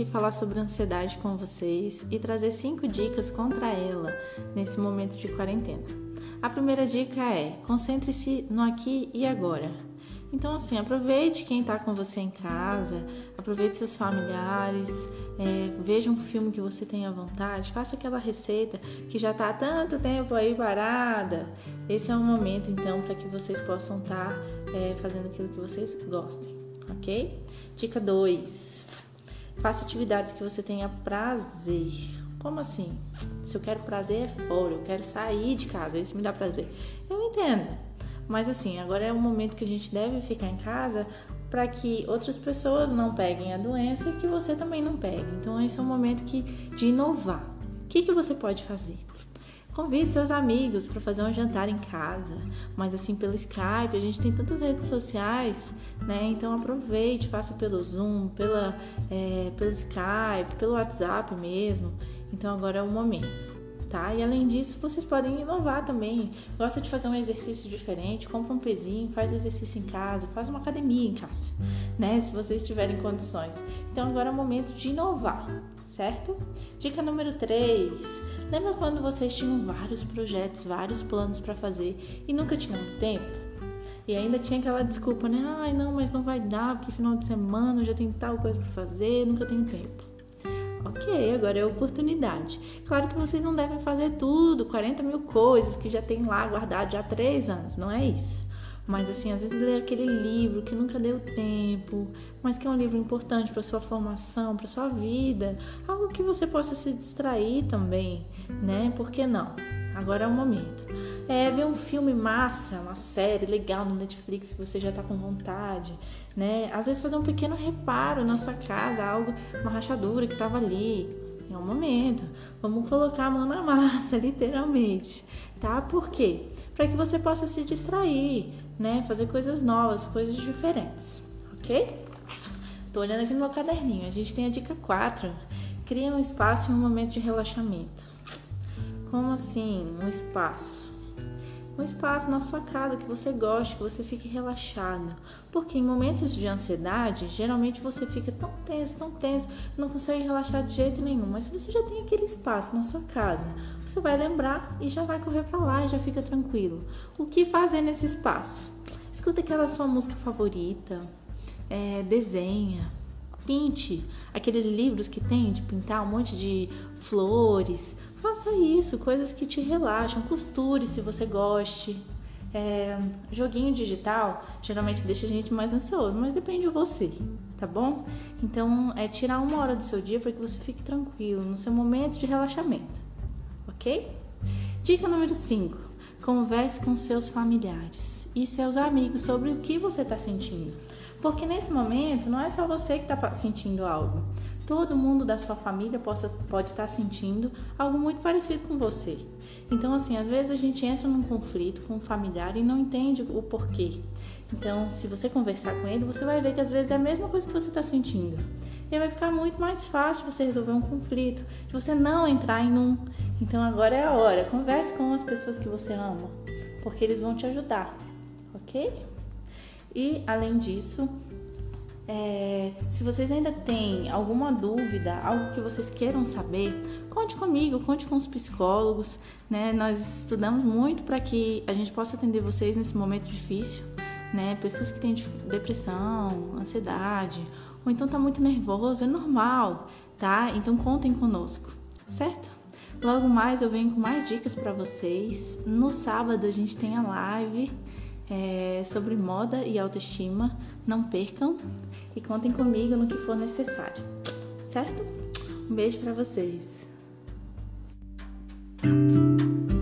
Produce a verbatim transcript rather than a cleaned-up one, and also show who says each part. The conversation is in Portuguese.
Speaker 1: falar sobre ansiedade com vocês e trazer cinco dicas contra ela nesse momento de quarentena. A primeira dica é: concentre-se no aqui e agora. Então, assim, aproveite quem está com você em casa, aproveite seus familiares, é, veja um filme que você tenha vontade, faça aquela receita que já está há tanto tempo aí parada. Esse é o momento, então, para que vocês possam estar tá, é, fazendo aquilo que vocês gostem, ok? Dica dois. Faça atividades que você tenha prazer. Como assim? Se eu quero prazer é fora, eu quero sair de casa, isso me dá prazer. Eu entendo. Mas assim, agora é um momento que a gente deve ficar em casa para que outras pessoas não peguem a doença e que você também não pegue. Então esse é um momento que, de inovar. O que, que você pode fazer? Convide seus amigos para fazer um jantar em casa, mas assim pelo Skype, a gente tem tantas redes sociais, né? Então aproveite, faça pelo Zoom, pela, é, pelo Skype, pelo WhatsApp mesmo. Então agora é o momento. Tá? E além disso, vocês podem inovar também. Gosta de fazer um exercício diferente, compra um pezinho, faz exercício em casa, faz uma academia em casa, né? Se vocês tiverem condições. Então agora é o momento de inovar, certo? Dica número três. Lembra quando vocês tinham vários projetos, vários planos para fazer e nunca tinham tempo? E ainda tinha aquela desculpa, né? Ai, não, mas não vai dar, porque final de semana eu já tenho tal coisa para fazer, nunca tenho tempo. Ok, agora é a oportunidade. Claro que vocês não devem fazer tudo, quarenta mil coisas que já tem lá guardado já há três anos, não é isso. Mas assim, às vezes ler aquele livro que nunca deu tempo, mas que é um livro importante para sua formação, para sua vida, algo que você possa se distrair também, né? Por que não? Agora é o momento. É ver um filme massa, uma série legal no Netflix que você já tá com vontade, né? Às vezes fazer um pequeno reparo na sua casa, algo, uma rachadura que tava ali. É um momento. Vamos colocar a mão na massa, literalmente, tá? Por quê? Para que você possa se distrair, né? Fazer coisas novas, coisas diferentes, ok? Tô olhando aqui no meu caderninho. A gente tem a dica quatro. Cria um espaço e um momento de relaxamento. Como assim, um espaço? Um espaço na sua casa que você goste, que você fique relaxado. Porque em momentos de ansiedade, geralmente você fica tão tenso, tão tenso, não consegue relaxar de jeito nenhum. Mas se você já tem aquele espaço na sua casa, você vai lembrar e já vai correr para lá e já fica tranquilo. O que fazer nesse espaço? Escuta aquela sua música favorita, é, desenha, pinte aqueles livros que tem de pintar um monte de flores. Faça isso, coisas que te relaxam. Costure se você goste. É, joguinho digital geralmente deixa a gente mais ansioso, mas depende de você, tá bom? Então é tirar uma hora do seu dia para que você fique tranquilo no seu momento de relaxamento, ok? Dica número cinco. Converse com seus familiares e seus amigos sobre o que você está sentindo. Porque nesse momento não é só você que está sentindo algo. Todo mundo da sua família possa, pode estar sentindo algo muito parecido com você. Então, assim, às vezes a gente entra num conflito com um familiar e não entende o porquê. Então, se você conversar com ele, você vai ver que às vezes é a mesma coisa que você está sentindo. E aí vai ficar muito mais fácil você resolver um conflito, de você não entrar em um. Então, agora é a hora. Converse com as pessoas que você ama, porque eles vão te ajudar, ok? E, além disso, É, se vocês ainda têm alguma dúvida, algo que vocês queiram saber, conte comigo, conte com os psicólogos, né? Nós estudamos muito para que a gente possa atender vocês nesse momento difícil, né? Pessoas que têm depressão, ansiedade, ou então tá muito nervoso, é normal, tá? Então contem conosco, certo? Logo mais eu venho com mais dicas para vocês. No sábado a gente tem a live É, sobre moda e autoestima. Não percam e contem comigo no que for necessário, certo? Um beijo para vocês.